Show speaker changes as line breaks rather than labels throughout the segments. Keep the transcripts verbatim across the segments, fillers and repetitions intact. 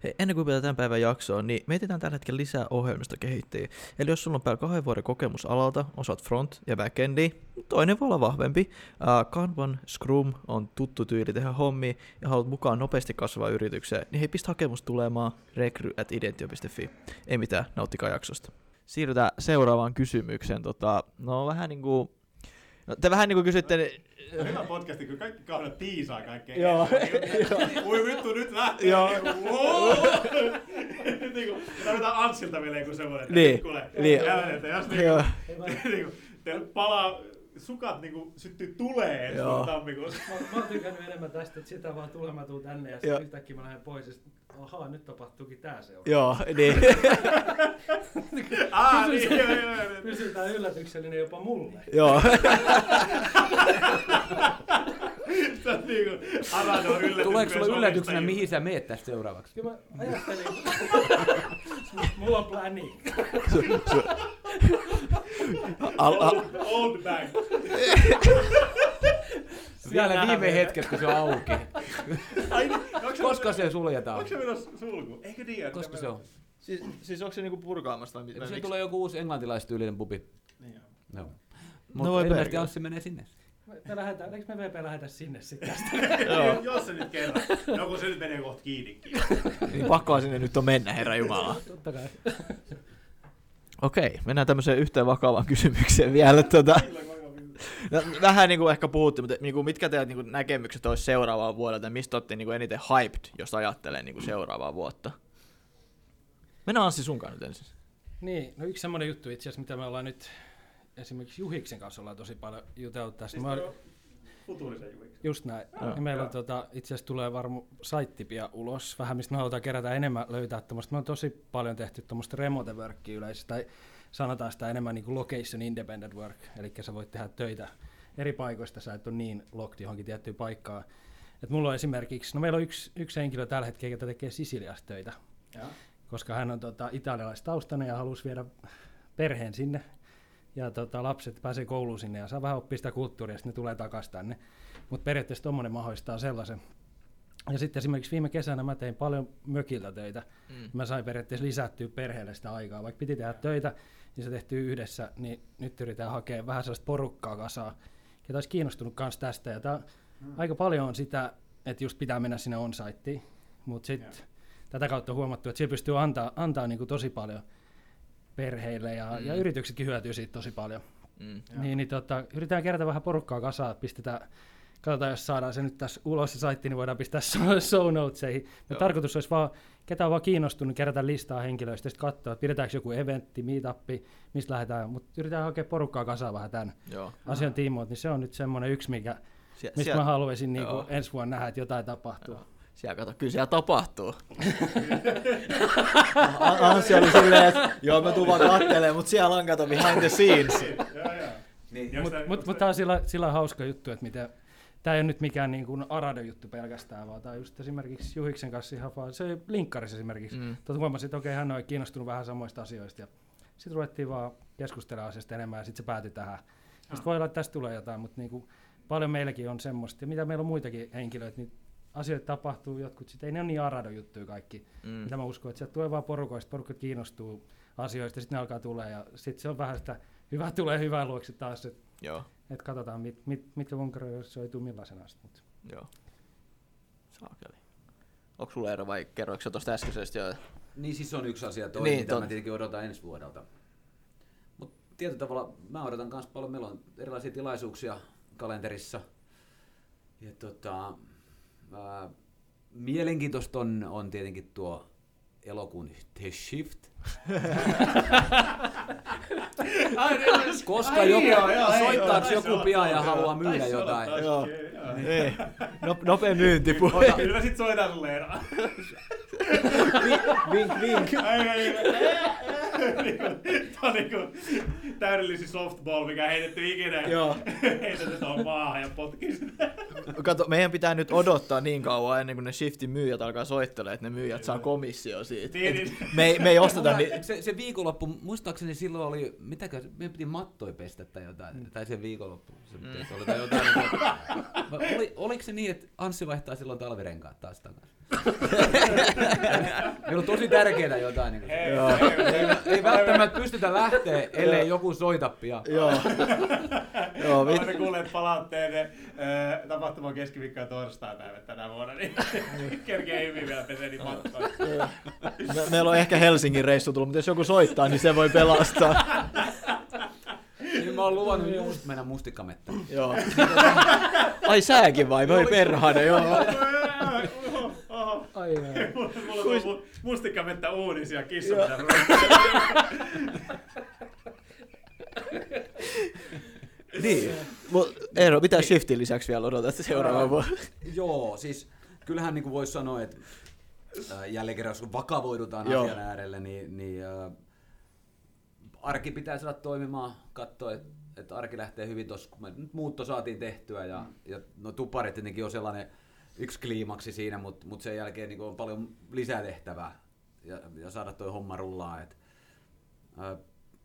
Hei, ennen kuin vielä tämän päivän jaksoon, niin mietitään tällä hetkellä lisää ohjelmistokehittäjiä. Eli jos sulla on päällä kahden vuoden kokemus alalta, osaat front- ja backendia, toinen voi olla vahvempi. Uh, Kanban, Scrum on tuttu tyyli tehdä hommia ja haluat mukaan nopeasti kasvaa yritykseen, niin hei, pistä hakemus tulemaan rekry at identio piste fi. Ei mitään, nauttikaa jaksosta. Siirrytään seuraavaan kysymykseen. Tota, no vähän niinku... No, te vähän niinku kysytte...
Hyvä podcasti, kun kaikki kahdet tiisaa kaikkea.
Joo.
Ui vittu, nyt lähtee.
Joo.
Nyt niinku, tarvitaan Antsilta vielä joku semmoinen, että
niin.
kuule,
Niin.
jälleen, että jos niinku, niinku, teillä palaa, sukat niinku syttyy tuleen ensi vuonna tammikuussa.
Mä, mä oon tykännyt enemmän tästä, että sitä vaan tulee, mä tuun tänne ja sitten yhtäkkiä mä lähden pois ja sit, ahaa, nyt tapahtuukin tää seuraava.
Joo, niin.
Ah, niin, joo, joo, joo.
Pysytään yllätyksellinen jopa mulle.
Joo.
Sä oot niinku, Arado on yllätys.
Tuleeko sulla yllätyksenä, mihin sä meet tästä seuraavaksi?
Kyllä mä ajattelin, mulla on pläni.
Al- al-
Old, old bag.
Vielä viime hetket, kun se on auki.
Ai niin,
Koska se suljetaan?
onko se menossa sulku? Eikö tiedä?
Koska se on?
Siis, siis onko se niinku purkaamassa vai mitä?
Se tulee joku uusi englantilaistyylinen pubi.
Niin joo.
No.
No
Mutta
voi
ilmeisesti
perkele.
Anssi menee sinne.
Me lähdetään, eikö me V P lähetä sinne sitten tästä?
Joo. Jos se nyt kerran. No kun se nyt menee kohta kiinnikin.
Niin pakkoa sinne nyt on mennä, herra jumala.
Totta kai.
Okei, mennään tämmöiseen yhteen vakavaan kysymykseen vielä. Tota, no, vähän niin kuin ehkä puhuttiin, mutta niin kuin mitkä teidän niin kuin näkemykset olisi seuraavaa vuodelta, mistä olette niin kuin eniten hyped, jos ajattelee niin kuin seuraavaa vuotta? Mennään Anssi sunkaan nyt ensin.
Niin, no yksi semmoinen juttu itse asiassa, mitä me ollaan nyt esimerkiksi Juhiksen kanssa ollaan tosi paljon juteltu tästä.
Siis
Mä,
toi on futuurisen juiksi.
just näin.
Joo.
Ja meillä on tota, itse asiassa tulee varmaan saitti pian ulos, vähän mistä me halutaan kerätä enemmän löytää tuommoista. Me on tosi paljon tehty tuommoista remote workia yleensä, tai sanotaan sitä enemmän niin kuin location independent work, eli sä voit tehdä töitä eri paikoista, sä et ole niin locked johonkin tiettyyn paikkaan. Et mulla on esimerkiksi, no meillä on yksi, yksi henkilö tällä hetkellä, joka tekee Sisiliassa töitä,
Ja.
koska hän on tota, italialaistaustainen ja halusi viedä perheen sinne. Ja tota, lapset pääsee kouluun sinne ja saa vähän oppia sitä kulttuuria, ja sitten ne tulee takaisin tänne. Mutta periaatteessa tommonen mahdollistaa sellaisen. Ja sitten esimerkiksi viime kesänä mä tein paljon mökiltä töitä. Mm. Mä sain periaatteessa lisättyä perheelle sitä aikaa. Vaikka piti tehdä töitä, niin se tehtiin yhdessä, niin nyt yritetään hakea vähän sellaista porukkaa kasaan. Ja olisi kiinnostunut myös tästä. Ja tää, mm. aika paljon on sitä, että just pitää mennä sinne on-siteen. Mutta sitten tätä kautta on huomattu, että siellä pystyy antaa, antaa niinku tosi paljon perheille ja, mm. ja yrityksetkin hyötyy siitä tosi paljon. Mm. Niin, niin tota, yritetään kerätä vähän porukkaa kasaan, pistetään, katsotaan jos saadaan se nyt tässä ulos se saitti, niin voidaan pistää show notesihin. Tarkoitus olisi vaan, ketä on vaan kiinnostunut, kerätä listaa henkilöistä ja sitten katsoa, että pidetäänkö joku eventti, meetappi, mistä lähdetään, mutta yritetään hakea porukkaa kasaan vähän tämän Joo. asian tiimoilta, niin se on nyt semmoinen yksi, mikä, Sie- mistä siellä, mä haluaisin niin kuin ensi vuonna nähdä, että jotain tapahtuu. Joo.
Siellä kato, kyllä siellä tapahtuu. Anssi oli silleen, että joo mä tuun vaan kattelemaan, mutta siellä on kato behind the scenes.
Niin. Mutta mut, mut tämä on sillä, sillä hauska juttu, että miten, tämä ei ole nyt mikään niin kuin Arado-juttu pelkästään, vaan tämä on just esimerkiksi Juhiksen kanssa ihan vaan, se linkkarissa esimerkiksi. Mm. Tuota huomasin, että okei, hän on kiinnostunut vähän samoista asioista ja sitten ruvettiin vaan keskustelemaan asiasta enemmän ja sitten se päätyi tähän. Sitten voi olla, että tästä tulee jotain, mutta niin kuin, paljon meilläkin on semmoista ja mitä meillä on muitakin henkilöitä, niin asioita tapahtuu, jotkut sitten ei ne ole niin Arado-juttuja kaikki, mm. mitä mä uskon, että sieltä tulee vaan porukoista, porukat kiinnostuu asioista ja sitten ne alkaa tulee ja sitten se on vähän sitä, hyvä tulee hyvän luoksi taas, että et katsotaan mit, mit, mitkä konkreetioituu millaisena sitten.
Joo. Saakeli. Onko sulla ero vai kerroiko sä tuosta äskeisestä jo?
Niin siis on yksi asia toi,
niin,
mitä
ton...
mä tietenkin odotan ensi vuodelta. Mutta tietyllä tavalla mä odotan myös paljon, meillä on erilaisia tilaisuuksia kalenterissa. Ja tota, ää, mielenkiintoista on, on tietenkin tuo elokuun The Shift. Koska ai, joku, joo, joo, soittaako ei, joku pian ja haluaa myydä jotain.
Joo. Joo. Ei. No, nopea myynti.
Kyllä mä sit soitan sulle Eero.
Vink, vink.
Tää on niinku täydellisi softball, mikä heitetty ikinä. Heitetty tuohon maahan ja potkii sitä.
kato, meidän pitää nyt odottaa niin kauan ennen kuin ne Shiftin myyjät alkaa soittelemaan, että ne myyjät saa komissio siitä.
Niin,
Me ei, me ei osteta ni-
se, se viikonloppu, muistaakseni silloin oli, mitäkö, meidän piti mattoja pestä tai jotain, mm. tai se viikonloppu, se mm. oli tai jotain. Niin, oli, oliko se niin, että Anssi vaihtaa silloin talvirenkaat taas takaisin? Meillä on tosi tärkeää jotain. Niin
Hei,
joo.
hei,
ei, ei välttämättä pystytä lähteä, ellei joku soita pian.
Joo. Joo,
olemme kuulleet palautteenne äh, tapahtuman keskiviikko- ja torstai-päivät tänä vuonna, niin kerkee hyvin vielä peseni mattoja.
Me, meillä on ehkä Helsingin reissu tullut, mutta jos joku soittaa, niin se voi pelastaa.
Niin mä oon luvannut just mennä mustikkamettään.
Joo. Ai sääkin vai? Voi perhana, joo.
Ai, ai.
Mulla on tullut mustikkamettä uudisia kissoja.
Niin. Mut Eero, mitä Shiftin lisäksi vielä odotat seuraavaan vuonna?
Joo, siis kyllähän niin kuin voisi sanoa, että äh, jälleen kerran jos vakavoidutaan
Joo.
asian äärelle, niin, niin äh, arki pitää saada toimimaan, katsoa, että et arki lähtee hyvin tuossa, kun me nyt muutto saatiin tehtyä ja, ja no tuparit tietenkin on sellainen yksi kliimaksi siinä, mutta mut sen jälkeen niin on paljon lisää tehtävää ja, ja saada toi homma rullaa. Et, äh,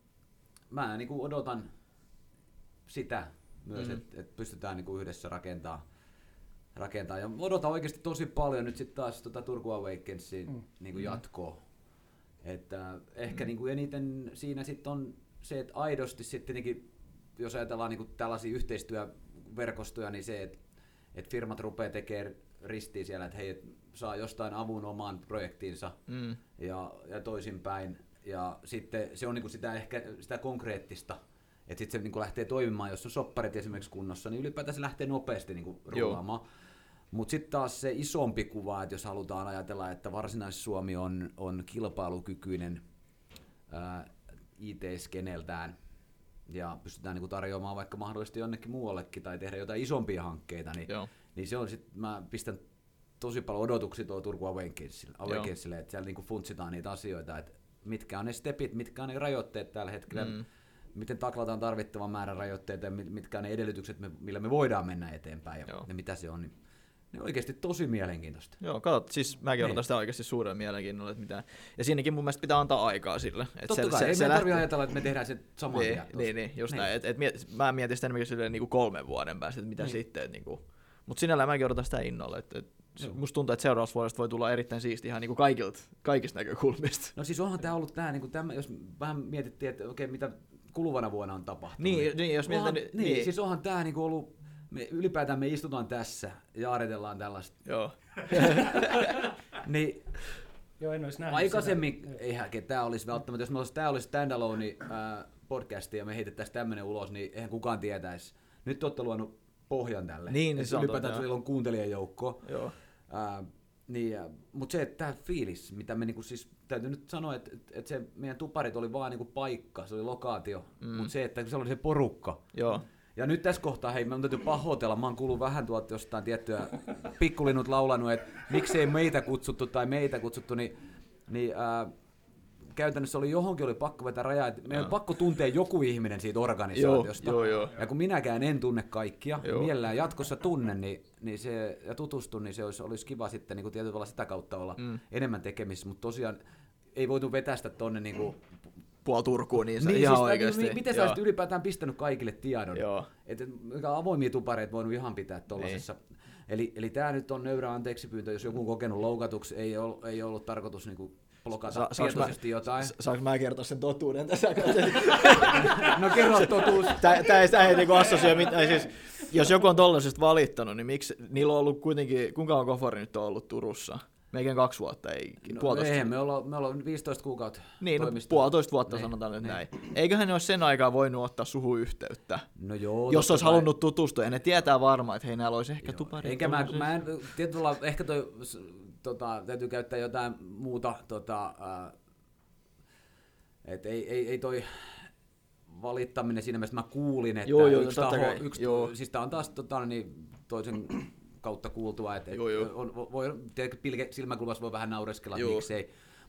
mä niin kuin odotan sitä myös, mm. että et pystytään niin kuin yhdessä rakentamaan. rakentaa. Ja odotan oikeasti tosi paljon nyt sitten taas tota Turku Awakensin mm. niin kuin jatkoa. Että äh, ehkä mm. niin kuin eniten siinä sitten on se, että aidosti sitten tietenkin, jos ajatellaan niin kuin tällaisia yhteistyöverkostoja, niin se, että et firmat rupeaa tekemään ristiin siellä, että hei, et saa jostain avun omaan projektiinsa mm. ja, ja toisinpäin. Ja sitten se on niin kuin sitä ehkä sitä konkreettista, että sitten se niin kuin lähtee toimimaan, jos on sopparit esimerkiksi kunnossa, niin ylipäätään se lähtee nopeasti niin kuin rullaamaan. Mutta sitten taas se isompi kuva, että jos halutaan ajatella, että Varsinais-Suomi on, on kilpailukykyinen ää, I T-skeneltään ja pystytään niinku tarjoamaan vaikka mahdollisesti jonnekin muuallekin tai tehdä jotain isompia hankkeita, niin, niin se on sit, mä pistän tosi paljon odotuksia tuolla Turku Awakensille, että siellä niinku funtsitaan niitä asioita, että mitkä on ne stepit, mitkä on ne rajoitteet tällä hetkellä, mm. miten taklataan tarvittavan määrän rajoitteita ja mitkä on ne edellytykset, millä me voidaan mennä eteenpäin ja, ja mitä se on. Niin, niin oikeasti tosi mielenkiintoista.
Joo, katsot, siis mäkin odotan sitä oikeasti suurella mielenkiinnolla, että mitä. Ja siinäkin mun mielestä pitää antaa aikaa sille. Että
totta
se,
kai,
se,
ei
se
me
lähtee...
tarvitse ajatella, että me tehdään se saman
niin,
tien.
Niin, niin, just
niin.
näin. Et, et miet, mä mietin sitä enemmänkin silleen niinku kolmen vuoden päästä, että mitä niin. sitten. Niinku. Mutta sinällään mäkin odotan sitä innolla. Et, et musta tuntuu, että seuraavasta vuodesta voi tulla erittäin siisti ihan niinku kaikilta, kaikista näkökulmista.
No siis onhan tää ollut tää, niinku tämä, jos vähän mietittiin, että okei, mitä kuluvana vuonna on tapahtunut.
Niin, niin jos
onhan,
mietitään...
Niin,
niin,
siis onhan tää niinku ollut... Me, ylipäätään me istutaan tässä ja aritellaan tällaista.
Joo.
niin,
Joo, en olisi nähnyt
aikaisemmin,
sitä.
eihän tää olisi välttämättä, jos me olisi, tää olisi standalone äh, podcasti ja me heitettäisiin tämmönen ulos, niin eihän kukaan tietäisi. Nyt te olette luonut pohjan tälle.
Niin, se on
ylipäätään
totta,
teillä on kuuntelijajoukko.
Joo.
Äh, niin, mutta se, että tämä fiilis, mitä me niinku siis, täytyy nyt sanoa, että, että se meidän tuparit oli vaan niinku paikka, se oli lokaatio, mm. mutta se, että se oli se porukka.
Joo.
Ja nyt tässä kohtaa, hei, mä täytyy pahoitella, mä oon kuullut vähän tuolta jostain tiettyä pikkulinnut laulanut, että miksei meitä kutsuttu tai meitä kutsuttu, niin, niin ää, käytännössä oli johonkin oli pakko vetää rajaa, että meidän on pakko tuntea joku ihminen siitä organisaatiosta.
Joo, joo, joo.
Ja kun minäkään en tunne kaikkia,
Joo.
mielellään jatkossa tunnen niin, niin se, ja tutustun, niin se olisi, olisi kiva sitten niin kuin tietyllä tavalla sitä kautta olla mm. enemmän tekemisissä, mutta tosiaan ei voitu vetästä tonne niin kuin,
puoli Turkuun, niin se
niin,
ihan
siis,
oikeasti.
Miten sä olisit ylipäätään pistänyt kaikille tiedon?
Joo.
Että avoimia tupareita voinut ihan pitää tuollaisessa. Niin. Eli, eli tämä nyt on nöyrä anteeksi pyyntö, jos joku on kokenut loukatuksi, ei ollut, ei ollut tarkoitus niinku blokata Sa- tietoisesti mä, jotain. Sa-
saanko mä kertoa sen totuuden tässä?
No kerro totuus.
Tää, tää ei, tää ei niinku assosioi mitään. Siis, jos joku on tollaisesta valittanut, niin miksi niillä on ollut kuitenkin, kuinka on Kofari nyt on ollut Turussa? Meikään kaksi vuotta, ei
no,
puolitoista.
Ei, me ollaan, me ollaan viisitoista kuukautta
Niin, no,
toimistoa.
puolitoista vuotta
niin.
sanotaan nyt
niin.
näin. Eiköhän ne olisi sen aikaa voinut ottaa suhun yhteyttä.
No joo.
Jos olisi
kai.
halunnut tutustua, ja ne tietää varmaan, että hei, näillä olisi ehkä tupari.
Eikä mä, mä en, tietyllä ehkä toi, tota, täytyy käyttää jotain muuta, tota, äh, et ei, ei, ei toi valittaminen siinä mielessä, mä kuulin, että
joo, joo,
yksi taho,
kai.
yksi,
joo.
siis tää on taas tota, niin, toisen kautta kuultua, että et,
joo, joo.
on, voi, tietenkin pilke silmäkulmassa voi vähän naureskella,
joo.
miksei,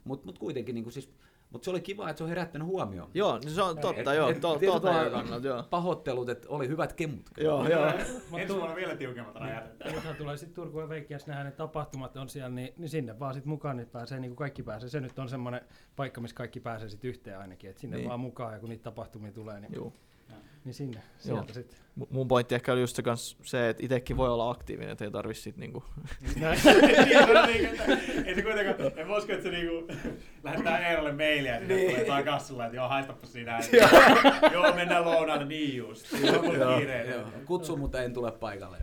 Mutta mut kuitenkin, niin siis, mut se oli kiva, että se on herättänyt huomioon.
Joo, niin se on totta,
Et-
joo,
et-
to,
tietyllä
totta
tavalla
kannalta, joo.
Pahoittelut, että oli hyvät kemut.
Joo, joo.
Ensi vuonna vielä tiukemmat rajat.
Nythän tulee sitten Turku ja Veikki, jos nähdään ne tapahtumat on siellä, niin, niin sinne vaan sitten mukaan, niin pääsee, niin kuin kaikki pääsee. Se nyt on semmoinen paikka, missä kaikki pääsee sitten yhteen ainakin, että sinne
Niin.
vaan mukaan ja kun niitä tapahtumia tulee, niin,
Joo.
niin sinne,
Joo.
sieltä sitten.
M- Mun pointti ehkä oli just se, kans se että itsekin voi olla aktiivinen, että ei tarvitse sit niinku...
Ei se kuitenkaan, en usko, että se niinku lähettää Eerolle mailia ja sinne tulee taas kassalla, että joo, haistapa sinä. Joo, mennään lounaalle, niin just. Joo, mulla
Joo.
kiireinen.
Joo, kutsu, mutta en tule paikalle.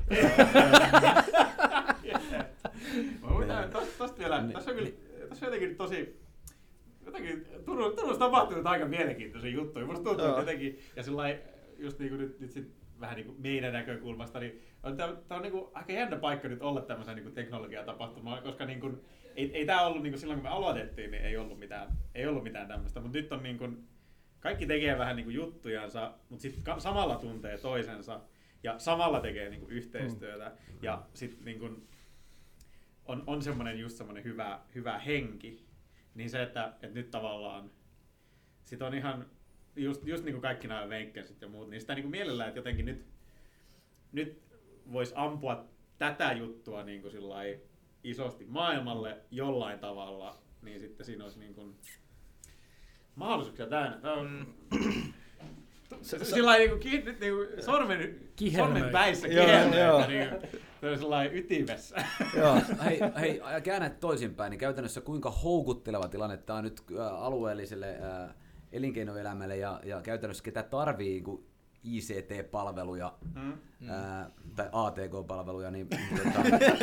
Mutta tosta vielä, tässä on kyllä, tässä on jotenkin tosi, jotenkin Turun, Turussa tapahtunut aika mielenkiintoisia juttuja. Musta tuntuu, että jotenkin, ja sillai, just niinku nyt, nyt sit vähän niinku meidän näkökulmasta, niin tää, tää on niinku aika jännä paikka nyt olla tämmöisen niinku teknologiatapahtumaan, koska niinku, ei, ei tää ollut niinku silloin kun me aloitettiin, niin ei ollut mitään, ei ollut mitään tämmöistä, mutta nyt on niinku, kaikki tekee vähän niinku juttujansa, mutta sitten samalla tuntee toisensa ja samalla tekee niinku yhteistyötä mm. ja sitten niinku, on, on semmoinen just semmoinen hyvä, hyvä henki, niin se, että, että nyt tavallaan sit on ihan just, just niin kuin kaikki nämä venkkäsit ja muut, niin sitä niin kuin mielellään, että jotenkin nyt, nyt voisi ampua tätä juttua niin kuin sillai isosti maailmalle jollain tavalla, niin sitten siinä olisi niin kuin mahdollisuuksia täynnä. Tämä on sillai niin kuin, niin kuin sormen, sormen päissä kieltä, niin se on sellainen ytimessä.
Joo.
hei, hei, käännä toisinpäin, niin käytännössä kuinka houkutteleva tilanne tämä on nyt äh, alueelliselle äh, elinkeinoelämälle ja, ja käytännössä ketä tarvii niin kuin I C T-palveluja
Hmm.
ää, tai A T K-palveluja, niin tota,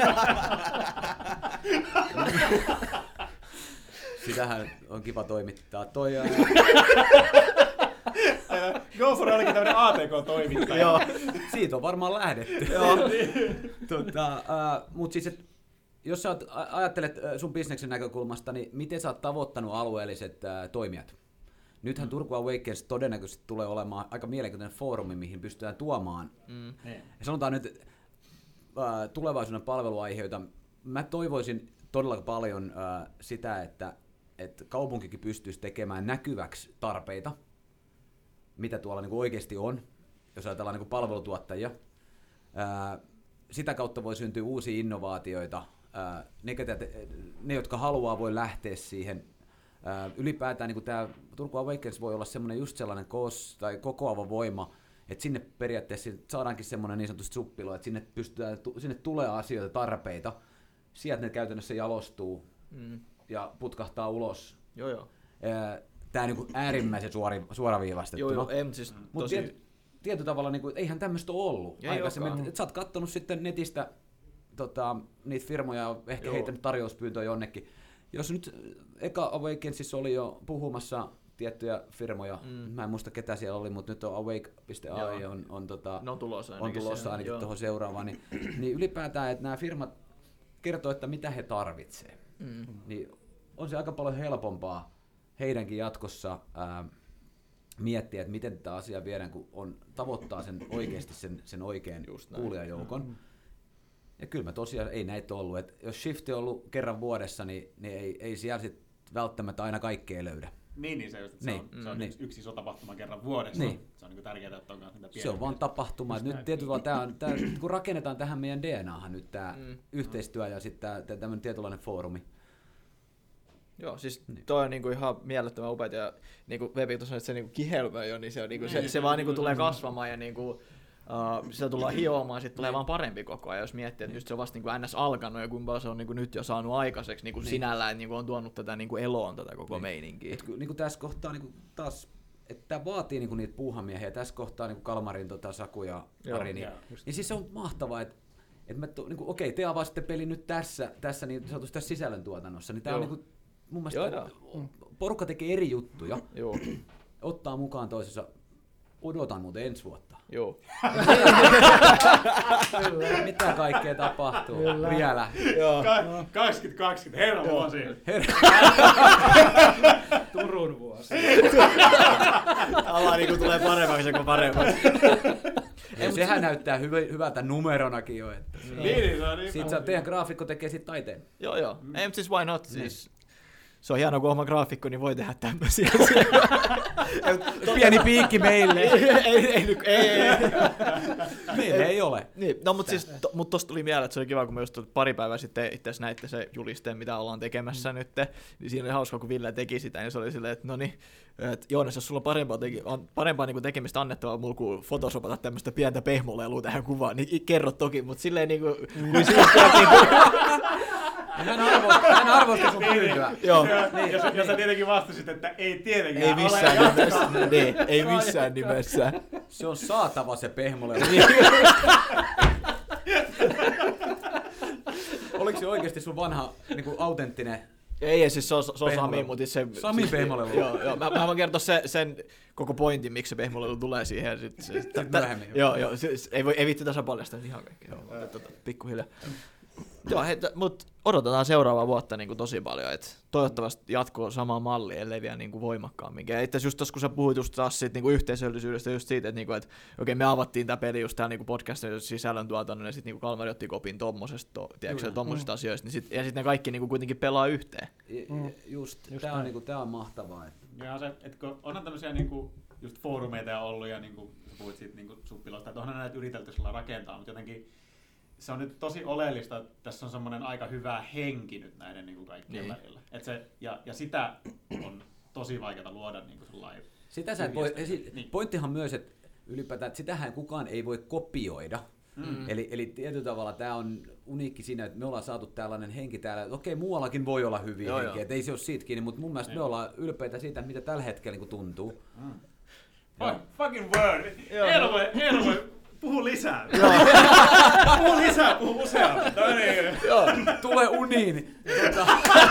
sitähän on kiva toimittaa. Toi, ää,
GoFor olikin tämmöinen A T K-toimittaja.
Joo.
siitä on varmaan lähdetty. tota, Mutta siis, et, jos sä oot, a- ajattelet ää, sun bisneksen näkökulmasta, niin miten sä oot tavoittanut alueelliset ää, toimijat? Nythän mm. Turku Awakens todennäköisesti tulee olemaan aika mielenkiintoinen foorumi, mihin pystytään tuomaan.
Mm.
Ja sanotaan nyt ää, tulevaisuuden palveluaiheita. Mä toivoisin todella paljon ää, sitä, että, että kaupunkikin pystyisi tekemään näkyväksi tarpeita, mitä tuolla niin kuin oikeasti on, jos ajatellaan niin kuin palvelutuottajia. Ää, sitä kautta voi syntyä uusia innovaatioita. Ää, ne, ketä te, ne, jotka haluaa, voi lähteä siihen. Ää, ylipäätään niin tämä Turku Awakens voi olla semmoinen just sellainen koos, tai kokoava voima, että sinne periaatteessa saadaankin semmoinen niin sanotusti suppilo, että sinne, pystytään, sinne tulee asioita, tarpeita, sieltä ne käytännössä jalostuu
Mm.
ja putkahtaa ulos.
Joo, joo.
Tämä on niin äärimmäisen suori, suoraviivastettuna.
Joo, joo, ei, mutta siis
Mutta
tosi...
tiety, tietyllä tavalla niin kuin, eihän tämmöistä ole ollut
Ei
aikaisemmin.
olekaan.
Et sä oot kattonut sitten netistä tota, niitä firmoja ja ehkä
Joo.
heittänyt tarjouspyyntöä jonnekin. Jos nyt eka Awakensissa oli jo puhumassa tiettyjä firmoja,
Mm.
mä en muista ketä siellä oli, mutta nyt on awake piste a i on, on, tota,
Ne on tulossa
on
ainakin
tulossa
siihen,
ainakin
joo.
tuohon seuraavaan. Niin, niin ylipäätään, että nämä firmat kertoo, että mitä he tarvitsee.
Mm.
Niin on se aika paljon helpompaa heidänkin jatkossa ää, miettiä, että miten tätä asiaa viedään, kun on, tavoittaa sen oikeasti sen, sen oikean
Just näin.
kuulijajoukon. Mm. Ja kyllä mä tosiaan ei näitä ollut. Et jos shifti on ollut kerran vuodessa, niin, niin ei, ei siellä sit välttämättä aina kaikkea löydä.
Niin, niin se, just, että
Niin.
se on, se on
Niin.
yksi, yksi iso tapahtuma kerran vuodessa.
Niin.
Se on niin tärkeää, että on myös niitä
Se on vaan tapahtuma. Et nyt tietyllä tää on, tää, kun rakennetaan tähän meidän D N Ahan nyt tämä
Mm.
yhteistyö ja sitten tämmöinen tietynlainen foorumi.
Joo, siis
Niin.
toi on niinku ihan mielettömän upeat ja niinku Vepi tuossa että se niinku kihelmöi jo, niin se, on niinku, se, se vaan niinku tulee kasvamaan ja niinku, uh, sitä tullaan hioamaan, sit tulee vaan parempi koko ajan, jos miettii, että just se on vasta niinku N S alkanut ja kuinka se on niinku nyt jo saanut aikaiseksi niinku
Niin.
sinällään, että niinku on tuonut tätä niinku eloon tätä koko
Niin.
meininkiä.
Et kun, niin kuin tässä kohtaa niin kuin taas, että tämä vaatii niin kuin niitä puuhamiehiä, tässä kohtaa niin kuin Kalmarin, tota, Saku ja
Joo,
Ari, niin,
joo,
niin siis se on mahtavaa, että et mä to, niin kuin, okei, te avasitte pelin nyt tässä, tässä niin sanotusti tässä sisällöntuotannossa, niin tämä on
Joo.
niin kuin, mun
Joo,
mielestä porukka tekee eri juttuja,
Joo,
ottaa mukaan toisensa, odotan muuten ensi vuotta.
joo.
Kyllä.
Mitä kaikkea tapahtuu
Kyllä.
vielä?
Joo.
Ka- kaksikymmentä herran vuosi.
Turun vuosi.
Ala niinku tulee paremmaksi kuin paremmaksi.
Ja sehän näyttää hyvä, hyvältä numeronakin jo. Että.
Niin, niin, se on niin.
Sitten teidän graafikko tekee sitten taiteen.
Joo, joo. Ei, mutta siis why not? Siis, Se on hienoa, kun oma graafikko, niin voi tehdä tämmöisiä.
Pieni piikki meille.
ei, ei, ei, ei, ei.
Meille ei ole.
Niin, no mutta siis, to, mut tosta tuli mieleen, että se oli kiva, kun me just pari päivää sitten itse asiassa näitte se julisteen, mitä ollaan tekemässä mm. nyt. Niin siinä oli hauska, kun Ville teki sitä, niin se oli silleen, että no niin, että Joonas, jos sulla on parempaa, teki, on parempaa niin kuin tekemistä annettavaa mulla kuin photoshopata tämmöistä pientä pehmolelua tähän kuvaan, niin kerro toki, mutta silleen niin kuin, kuin siistiä, niin kuin...
Hän arvosti, hän arvosti sun pyyntöä.
Joo.
Niin, jos, jos sä tietenkin vastasit, että ei tietenkään
ei missään
ole
nimessä. Niin, ei missään nimessä.
Se on saatava se pehmolelu. Oliko se oikeasti sun vanha niin kuin autenttinen?
Ei, siis se on, se on Sami, mutta se...
Sami pehmolelu.
Joo, joo. Mä, mä voin kertoa se, sen koko pointin, miksi se pehmolelu tulee siihen. Ja sit, se,
Sitten myöhemmin.
Joo, joo. Se, ei, voi, ei viitti tässä paljastaa ihan kaikki. Joo, tota, pikkuhiljaa. Joo, hei, mutta odotetaan seuraavaa vuotta niin kuin tosi paljon, että toivottavasti jatkuu sama malli, ellei vielä niin kuin voimakkaammin. Ja itse asiassa just tossa, kun sä puhuit just taas siitä niin kuin yhteisöllisyydestä, just siitä, että, niin kuin, että okei, me avattiin tämä peli just täällä niin kuin podcastin sisällöntuotannon, ja sitten niin Kalmari otti kopin tommosesta, to, tiedätkö, tommosista mm. asioista, niin sit, ja sitten ne kaikki niin kuin kuitenkin pelaa yhteen.
Mm. Just, just tämä on, niin kuin, tää on mahtavaa. Että...
Ja se, että kun onhan tämmöisiä niin kuin, just foorumeita ollut, ja niin kuin sä puhuit siitä niin kuin suppilosta, että onhan näitä yritelty sillä rakentaa, mutta jotenkin se on nyt tosi oleellista, että tässä on semmoinen aika hyvä henki nyt näiden niin kuin kaikkien niin. välillä. Et se, ja, ja sitä on tosi vaikeaa luoda niin kuin sellainen.
Sitä sä voi, niin. Pointtihan myös, että ylipäätään, että sitähän kukaan ei voi kopioida. Mm-hmm. Eli, eli tietyllä tavalla tämä on uniikki siinä, että me ollaan saatu tällainen henki täällä, että okei, muuallakin voi olla hyviä joo, henkiä, että ei se ole siitä kiinni, mutta mun mielestä niin. me ollaan ylpeitä siitä, mitä tällä hetkellä niin tuntuu.
Mm. Fucking word! Eero voi, Eero voi puhu lisää. Puhu lisää, puhu useammin. No niin.
Joo, tule uniin. Tota.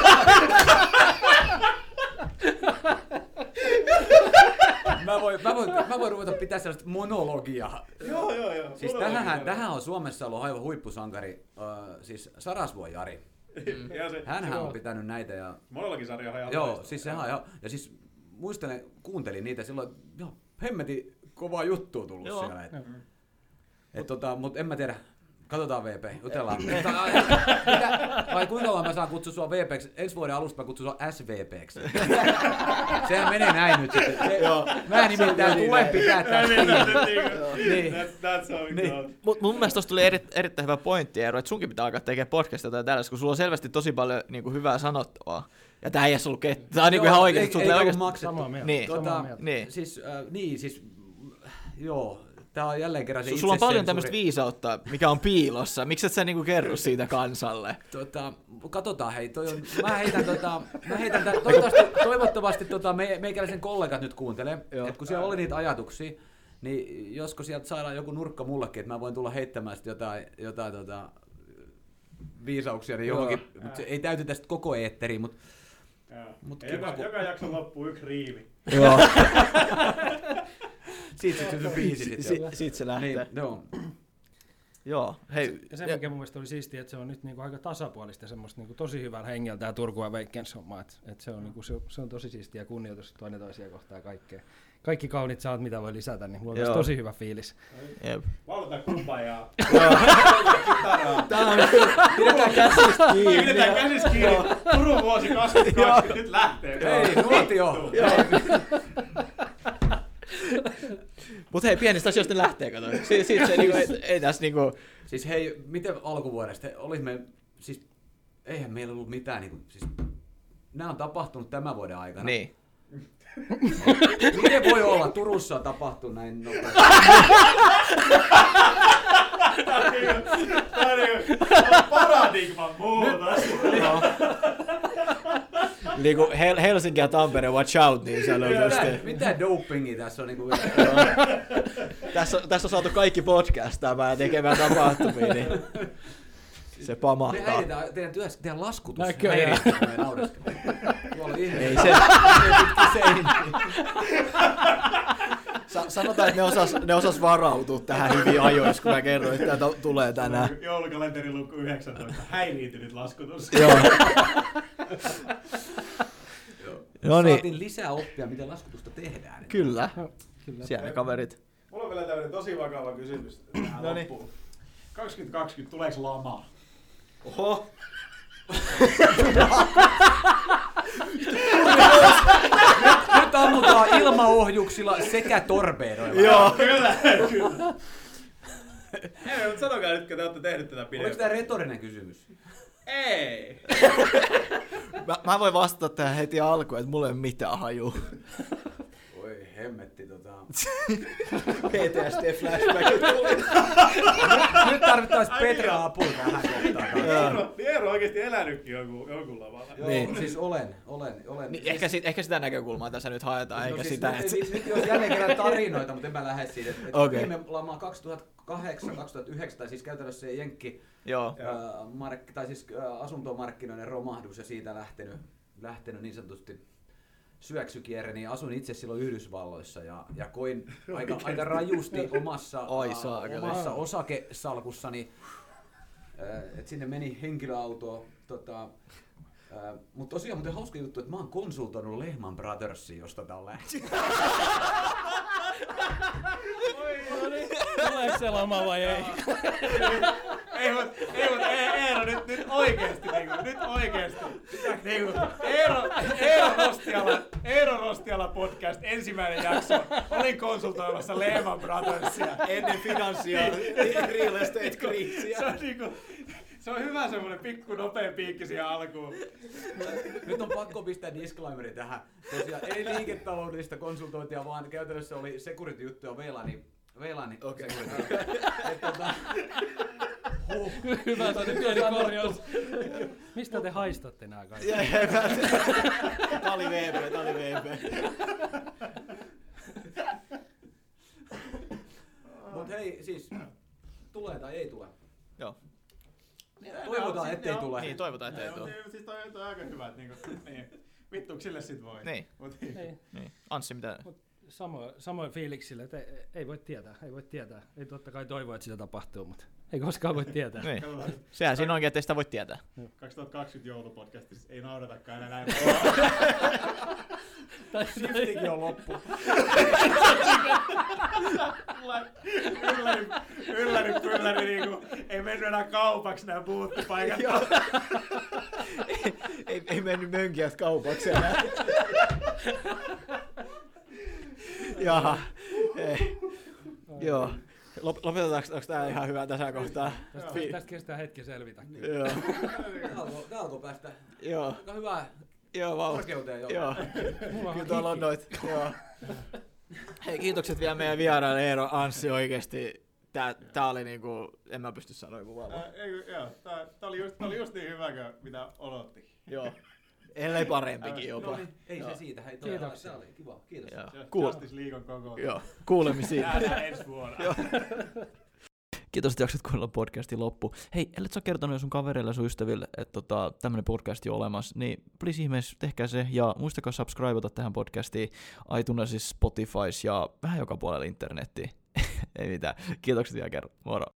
Mä voin, mä, voin, mä voin ruveta pitää sellaista monologiaa.
Joo, joo, joo.
Siis tähän, tähän on Suomessa ollut aivan huippusankari, uh, siis Sarasvuon Jari.
Mm.
Hänhän on pitänyt näitä. Ja...
Monologisarja on ihan
joo, loistava. Siis sehän, ja, ja siis muistelen, kuuntelin niitä silloin, joo, hemmetin kovaa juttua tullut joo. siellä. Et, mm. et, tota, mut en mä tiedä. Katsotaan V P, jutellaan. Mitä, vai kuinka kauan mä saan kutsua sua V P:ksi? Ensi vuoden alusta mä kutsun sua S V P:ksi. Sehän menee näin nyt sitten. Se, mä nimittäin tulen pitää tästä
niin. That's how it goes.
Mut mun mielestä tosta tuli eri, erittäin hyvä pointti, Eero, että sunkin pitää alkaa tekemään podcastia tai tällaista, kun sulla on selvästi tosi paljon niin kuin, hyvää sanottavaa. Ja tää ei edes ollut kettä. Tää on niin kuin ihan oikeesti.
Ei, ei ollut maksettu.
Samaa mieltä.
Niin.
Tota,
Samaa mieltä.
Niin. Siis, äh, niin, siis, joo. Tää on jälleen kerran se
sulla on paljon tämmöistä viisautta, mikä on piilossa. Miksi et sä niinku kerro siitä kansalle?
Tota, katsotaan hei, toi on, mä heitän tota, mä heitän tämän, toivottavasti, toivottavasti tota, me, meikäläisen kollegat nyt kuuntelee, että kun siellä oli niitä ajatuksia, niin josko sieltä saadaan joku nurkka mullekin, että mä voin tulla heittämään sit jotain, jotain tota, viisauksia, niin johonkin, mut se ei täytytä sit koko eetteriin, mutta
mut joka, kun... joka jakson loppuu yksi riimi.
Joo.
Siitä se biisi
sit, si, Siitä se lähtee.
Niin, no.
Joo, hei.
Ja sen mikä mun mielestä oli siistiä, että se on nyt niinku aika tasapuolista ja semmoista niinku tosi hyvän hengeltä tää Turku ja Veikkens homma. Et, et se, on niinku, se, se on tosi siistiä ja kunnioitus toinen toisia kohtaa ja kaikkea. Kaikki kaunit saat, mitä voi lisätä, niin mulla on tosi hyvä fiilis.
Jep.
Lauletaan kumbajaa.
Tää on pidetään käsistä kiinni.
Pidetään käsistä kiinni. Turun vuosi kaksituhattakaksikymmentä, nyt lähtee.
Hei, nuotio.
Mut hei, pienistä asioista ne lähtee, kato. Si- siitä se niinku, ei, ei tässä niinku...
Siis hei, miten alkuvuodesta? Olis me, siis, eihän meillä ollut mitään niinku, siis, nää on tapahtunut tämän vuoden aikana.
Niin.
Miten voi olla? Turussa on tapahtunut näin nopeasti.
Tämä on paradigman muutos.
Niinku Hel- Helsinki ja Tampere, watch out, niin sanotusti.
Mitä dopingia tässä on? Niinku...
tässä, on tässä on saatu kaikki podcastaamaan ja tekemään tapahtumia, niin se pamahtaa.
Me häiritään teidän, työs, teidän laskutus.
Näköjään.
Tuolla on
ei se. Sa- sanotaan, että ne osas, ne osas varautua tähän hyvin ajoissa, kun mä kerroin, että tämä t- tulee tänään.
Joulukalenteri luku yhdeksäntoista. Häiriintynyt laskutus.
Joo. No niin.
Saatiin lisää oppia, miten laskutusta tehdään.
Kyllä.
Kyllä.
Siellä ne kaverit.
Mulla on vielä tämmöinen tosi vakava kysymys tähän
Noniin.
loppuun. kaksituhattakaksikymmentä, tuleeko lama?
Oho.
ilmaohjuksilla sekä torpedoilla.
Joo.
Kyllä, kyllä. Ei, mutta sanokaa nyt, kun te olette tehnyt tätä pidempään.
Oliko tämä retorinen kysymys?
Ei.
Mä, mä voin vastata tähän heti alkuun, että mulla ei ole mitään hajua.
Oi hemmetti tota.
P T S D-flashbackit tuli.
Nyt tarvittaisiin Petraa apua tähän kohtaan.
Eero, niin Eero on oikeesti elänytkin jonkun, jonkun lavalla.
Joo,
Niin.
siis olen, olen, olen.
Niin,
siis,
ehkä, sit, ehkä sitä näkökulmaa tässä nyt haetaan, eikä
no,
sitä,
siis,
että...
nyt, nyt jos jälleen kerran tarinoita, mutta en mä lähde siitä. Et, et
Okei.
Viime lama kaksituhattakahdeksan kaksituhattayhdeksän, tai siis käytännössä se Jenkki,
Joo.
ää, mark, tai siis ää, asuntomarkkinoiden romahdus ja siitä lähtenyt, lähtenyt niin sanotusti syöksykierre, niin asun itse silloin Yhdysvalloissa ja, ja koin aika, aika rajusti omassa,
Ai
ää,
saakeli.
omassa osakesalkussani, ää, että sinne meni henkilöauto, tota, ää, mutta tosiaan muuten hauska juttu, että mä oon konsultoinut Lehman Brothersia, josta tää on lähtenyt.
Tuleeko se lama vai ei?
Ei mut, ei mut, ei, Eero, nyt, nyt oikeesti, niinku, nyt oikeesti. Niinku, Eero, Eero Rostiala, Eero Rostiala podcast, ensimmäinen jakso. Olin konsultoimassa Lehman Brothersia.
Ennen finanssia, real estate-kriisiä.
Se on niinku, se on hyvä semmonen pikku nopea piikki siihen alkuun.
Nyt on pakko pistää disclaimeri tähän. Tosiaan ei liiketaloudellista konsultointia, vaan käytännössä oli security-juttuja Veilani. Veilani
Okei.
security. Et tota, huh.
Hyvä, se on nyt pieni korjaus. Mistä te haistatte nää kaikki?
Tää oli V P, tää oli V P.
Mut hei, siis tulee tai ei tule.
Joo.
Toivotaan, ettei tule.
Niin, toivotaan, ettei
Joo,
tule.
niin, siis toi, toi on aika hyvä, että niinku, niin, vittuuks sille sit voi.
Niin.
Mut, niin.
Ei.
Niin. Anssi, mitä?
Samo, samoin fiiliksillä, että ei, ei voi tietää, ei voi tietää. Ei totta kai toivoa, että sitä tapahtuu, mutta ei koskaan voi tietää.
Niin.
Katsotaan.
Sehän siinä onkin, ettei sitä voi tietää.
kaksituhattakaksikymmentä joulupodcastissa ei nauratakaan enää näin.
Tai,
Shiftikin on loppu.
ylläri, ylläri, pylläri, niinku, ei mennyt enää kaupaksi nämä buuttipaikat.
ei, ei, ei mennyt mönkijät kaupaksi enää. Jaha. Ei. Joo. Lop- lopetetaanko onko tää ihan hyvä tässä kohtaa?
tästä,
Fi-
tästä kestää hetki selvitä.
Joo.
Tää alkoi, tää alkoi päästä
Joo.
aika hyvää
Joo, vau.
korkeuteen jo.
Joo.
Mulla on
Kyllä tuolla on noit. Joo. Hei, kiitokset vielä meidän vieraille Eero, Anssi oikeesti. Tää, tää oli niinku, en mä pysty sanoa kuvaamaan.
Ää, ei, joo, tää, tää, oli just, tää oli just niin hyvä kuin mitä odotti.
Joo. Ellei parempikin jopa.
No niin, ei
Joo.
se siitä. Hei,
Kiitoksia.
tää oli kiva. Kiitos.
Joo.
Just-
Kuul-
Justice League koko.
Joo. Kuulemisiin.
Nähdään ensi vuonna.
Joo. Kiitos, että jaksat kuunnella podcastin loppu. Hei, ellet sä ole kertonut jo sun kavereille ja sun ystäville, että tota, tämmönen podcast on olemassa, niin please ihmeessä tehkää se, ja muistakaa subscribeata tähän podcastiin iTunesissa, Spotifys ja vähän joka puolella internettiin. Ei mitään. Kiitokset vielä kerran. Moro.